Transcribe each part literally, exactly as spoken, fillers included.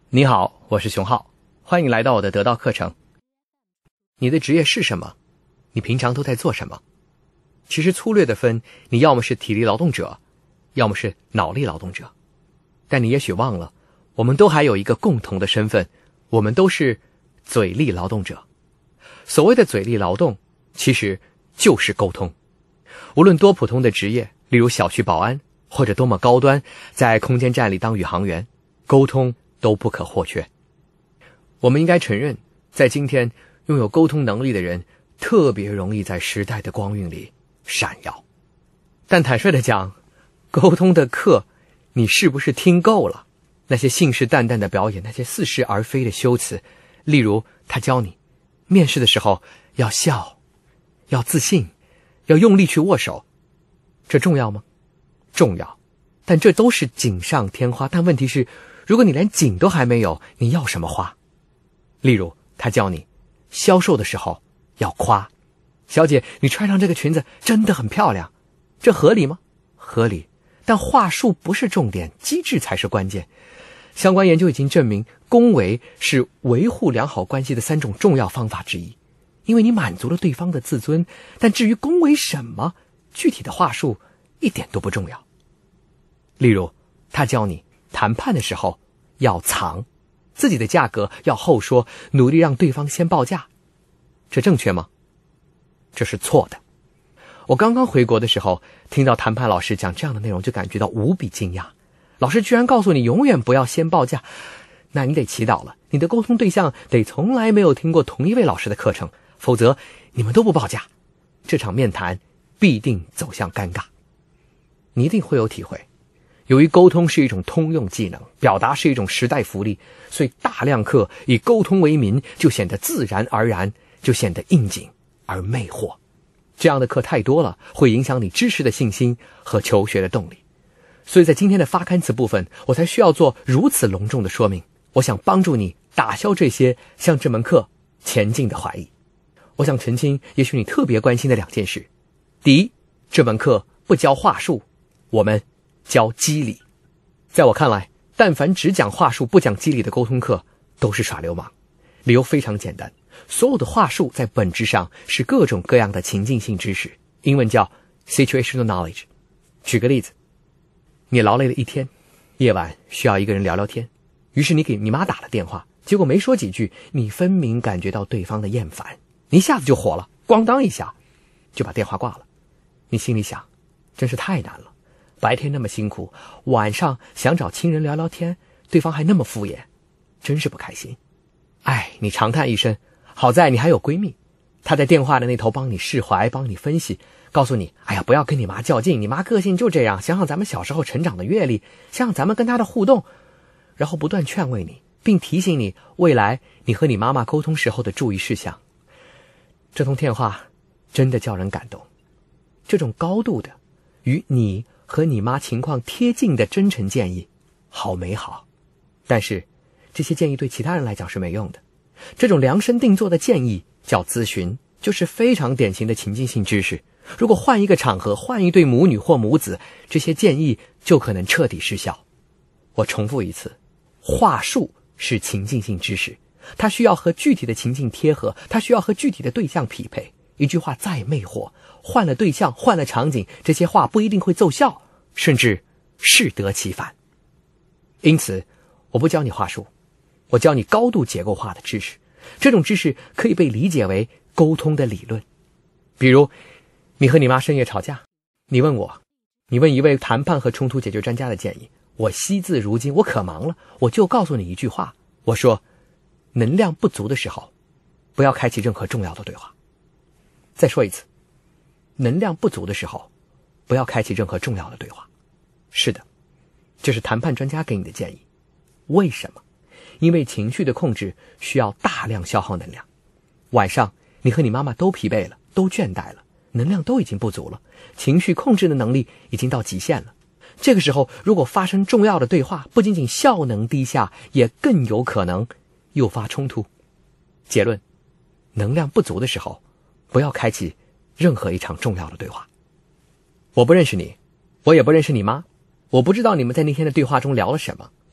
你好，我是熊浩，欢迎来到我的得到课程。你的职业是什么？你平常都在做什么？其实粗略的分，你要么是体力劳动者，要么是脑力劳动者。但你也许忘了，我们都还有一个共同的身份，我们都是嘴力劳动者。所谓的嘴力劳动，其实就是沟通。无论多普通的职业，例如小区保安，或者多么高端，在空间站里当宇航员，沟通都不可或缺。我们应该承认，在今天拥有沟通能力的人特别容易在时代的光晕里闪耀。但坦率地讲，沟通的课你是不是听够了？那些信誓旦旦的表演，那些似是而非的修辞，例如他教你面试的时候要笑，要自信，要用力去握手，这重要吗？重要，但这都是锦上添花。但问题是，如果你连锦都还没有，你要什么花？例如他教你销售的时候要夸，小姐，你穿上这个裙子真的很漂亮，这合理吗？合理，但话术不是重点，机智才是关键。相关研究已经证明，恭维是维护良好关系的三种重要方法之一，因为你满足了对方的自尊，但至于恭维什么，具体的话术一点都不重要。例如他教你谈判的时候要藏，自己的价格要后说，努力让对方先报价，这正确吗？这是错的。我刚刚回国的时候，听到谈判老师讲这样的内容，就感觉到无比惊讶。老师居然告诉你永远不要先报价，那你得祈祷了，你的沟通对象得从来没有听过同一位老师的课程，否则你们都不报价，这场面谈必定走向尴尬。你一定会有体会，由于沟通是一种通用技能，表达是一种时代福利，所以大量课以沟通为名，就显得自然而然，就显得应景而魅惑。这样的课太多了，会影响你知识的信心和求学的动力。所以在今天的发刊词部分，我才需要做如此隆重的说明。我想帮助你打消这些向这门课前进的怀疑。我想澄清也许你特别关心的两件事。第一，这门课不教话术，我们教机理。在我看来，但凡只讲话术不讲机理的沟通课都是耍流氓。理由非常简单，所有的话术在本质上是各种各样的情境性知识，英文叫 situational knowledge。 举个例子，你劳累了一天，夜晚需要一个人聊聊天，于是你给你妈打了电话，结果没说几句，你分明感觉到对方的厌烦，你一下子就火了，咣当一下就把电话挂了。你心里想，真是太难了，白天那么辛苦，晚上想找亲人聊聊天，对方还那么敷衍，真是不开心。哎，你长叹一声，好在你还有闺蜜，她在电话的那头帮你释怀，帮你分析，告诉你，哎呀，不要跟你妈较劲，你妈个性就这样，想想咱们小时候成长的阅历，想想咱们跟她的互动，然后不断劝慰你，并提醒你未来你和你妈妈沟通时候的注意事项。这通电话真的叫人感动，这种高度的与你和你妈情况贴近的真诚建议好美好，但是这些建议对其他人来讲是没用的。这种量身定做的建议叫咨询，就是非常典型的情境性知识。如果换一个场合，换一对母女或母子，这些建议就可能彻底失效。我重复一次，话术是情境性知识，它需要和具体的情境贴合，它需要和具体的对象匹配。一句话再魅惑，换了对象，换了场景，这些话不一定会奏效，甚至适得其反。因此我不教你话术，我教你高度结构化的知识。这种知识可以被理解为沟通的理论。比如你和你妈深夜吵架，你问我，你问一位谈判和冲突解决专家的建议，我惜字如金，我可忙了，我就告诉你一句话，我说能量不足的时候不要开启任何重要的对话。再说一次，能量不足的时候不要开启任何重要的对话。是的，这是谈判专家给你的建议。为什么？因为情绪的控制需要大量消耗能量。晚上你和你妈妈都疲惫了，都倦怠了，能量都已经不足了，情绪控制的能力已经到极限了。这个时候如果发生重要的对话，不仅仅效能低下，也更有可能诱发冲突。结论，能量不足的时候不要开启任何一场重要的对话。我不认识你，我也不认识你妈，我不知道你们在那天的对话中聊了什么，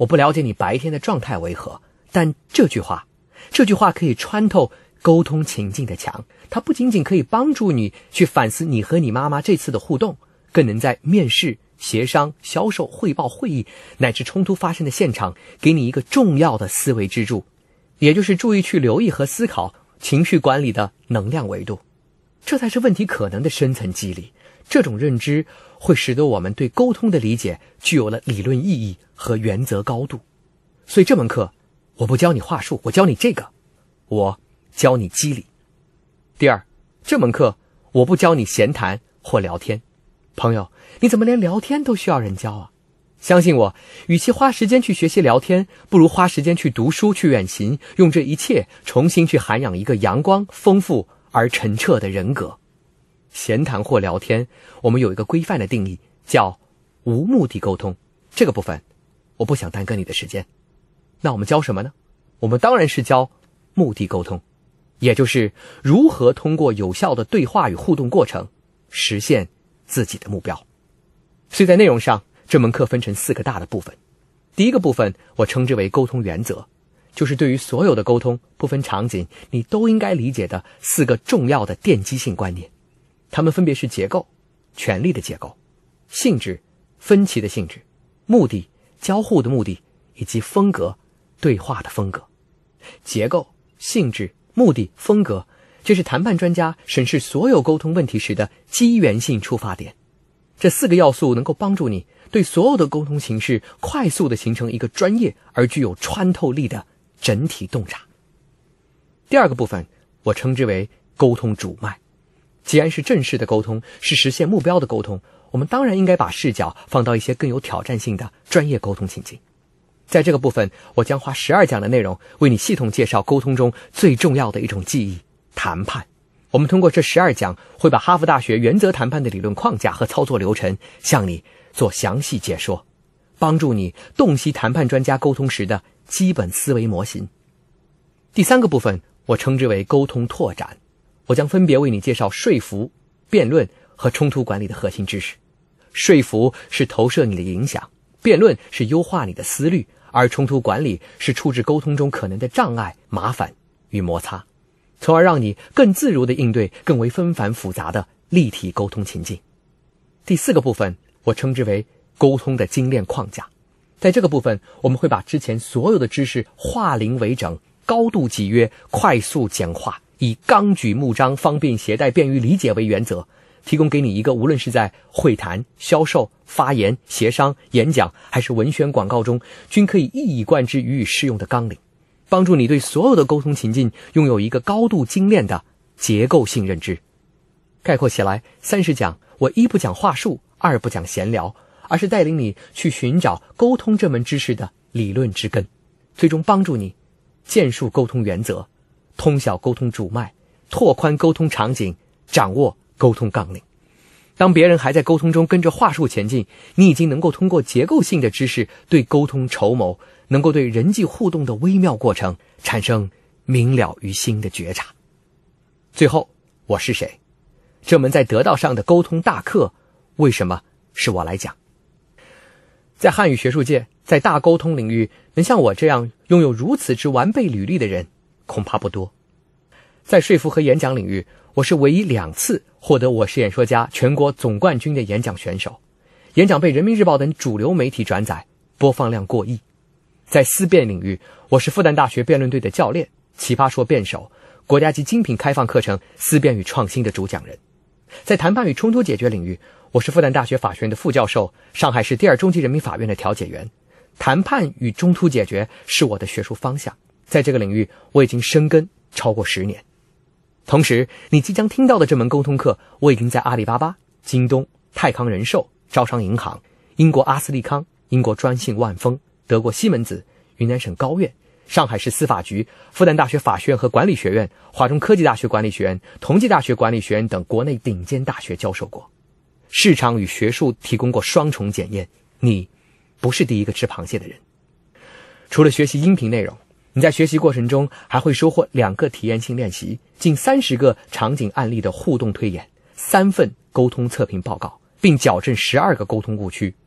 我不了解你白天的状态为何，但这句话，这句话可以穿透沟通情境的墙，它不仅仅可以帮助你去反思你和你妈妈这次的互动，更能在面试、协商、销售、汇报会议乃至冲突发生的现场，给你一个重要的思维支柱，也就是注意去留意和思考情绪管理的能量维度。这才是问题可能的深层机理。这种认知会使得我们对沟通的理解具有了理论意义和原则高度。所以这门课我不教你话术，我教你这个，我教你机理。第二，这门课我不教你闲谈或聊天。朋友，你怎么连聊天都需要人教啊？相信我，与其花时间去学习聊天，不如花时间去读书、去远行，用这一切重新去涵养一个阳光、丰富而澄澈的人格。闲谈或聊天，我们有一个规范的定义，叫无目的沟通。这个部分我不想耽搁你的时间。那我们教什么呢？我们当然是教目的沟通，也就是如何通过有效的对话与互动过程实现自己的目标。所以在内容上，这门课分成四个大的部分。第一个部分我称之为沟通原则，就是对于所有的沟通不分场景你都应该理解的四个重要的奠基性观念。它们分别是结构、权力的结构、性质、分歧的性质、目的、交互的目的，以及风格、对话的风格。结构、性质、目的、风格，这是谈判专家审视所有沟通问题时的机缘性出发点。这四个要素能够帮助你对所有的沟通形式快速地形成一个专业而具有穿透力的整体洞察。第二个部分我称之为沟通主脉。既然是正式的沟通，是实现目标的沟通，我们当然应该把视角放到一些更有挑战性的专业沟通情境。在这个部分，我将花十二讲的内容为你系统介绍沟通中最重要的一种技艺——谈判。我们通过这十二讲，会把哈佛大学原则谈判的理论框架和操作流程向你做详细解说，帮助你洞悉谈判专家沟通时的基本思维模型。第三个部分我称之为沟通拓展，我将分别为你介绍说服、辩论和冲突管理的核心知识。说服是投射你的影响，辩论是优化你的思虑，而冲突管理是处置沟通中可能的障碍、麻烦与摩擦，从而让你更自如地应对更为纷繁复杂的立体沟通情境。第四个部分我称之为沟通的精炼框架。在这个部分，我们会把之前所有的知识化零为整，高度集约，快速简化，以纲举目张、方便携带、便于理解为原则，提供给你一个无论是在会谈、销售、发言、协商、演讲还是文宣广告中均可以一以贯之予以适用的纲领，帮助你对所有的沟通情境拥有一个高度精炼的结构性认知。概括起来，三十讲我一不讲话术，二不讲闲聊，而是带领你去寻找沟通这门知识的理论之根，最终帮助你建树沟通原则，通晓沟通主脉，拓宽沟通场景，掌握沟通纲领。当别人还在沟通中跟着话术前进，你已经能够通过结构性的知识对沟通筹谋，能够对人际互动的微妙过程产生明了于心的觉察。最后，我是谁？这门在得道上的沟通大课，为什么是我来讲？在汉语学术界，在大沟通领域，能像我这样拥有如此之完备履历的人恐怕不多。在说服和演讲领域，我是唯一两次获得我是演说家全国总冠军的演讲选手，演讲被人民日报等主流媒体转载，播放量过亿。在思辨领域，我是复旦大学辩论队的教练，奇葩说辩手，国家级精品开放课程思辨与创新的主讲人。在谈判与冲突解决领域，我是复旦大学法学院的副教授，上海市第二中级人民法院的调解员。谈判与冲突解决是我的学术方向，在这个领域我已经深耕超过十年。同时，你即将听到的这门沟通课，我已经在阿里巴巴、京东、泰康人寿、招商银行、英国阿斯利康、英国专信万丰、德国西门子、云南省高院、上海市司法局、复旦大学法学院和管理学院、华中科技大学管理学院、同济大学管理学院等国内顶尖大学教授过，市场与学术提供过双重检验。你不是第一个吃螃蟹的人。除了学习音频内容，你在学习过程中还会收获两个体验性练习，近三十个场景案例的互动推演，三份沟通测评报告，并矫正十二个沟通误区。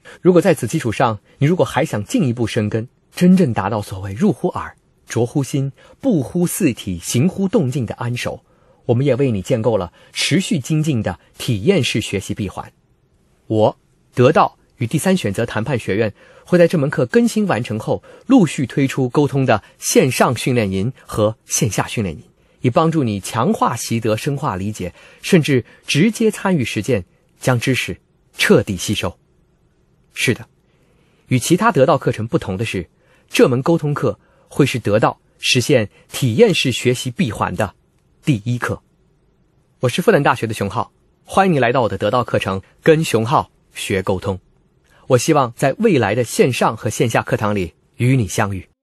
如果在此基础上，你如果还想进一步深耕，真正达到所谓入乎耳、着乎心、不乎四体、行乎动静的安守，我们也为你建构了持续精进的体验式学习闭环。我得到与第三选择谈判学院会在这门课更新完成后，陆续推出沟通的线上训练营和线下训练营，以帮助你强化习得、深化理解，甚至直接参与实践，将知识彻底吸收。是的，与其他得到课程不同的是，这门沟通课会是得到实现体验式学习闭环的第一课。我是复旦大学的熊浩，欢迎你来到我的得到课程，跟熊浩学沟通。我希望在未来的线上和线下课堂里与你相遇。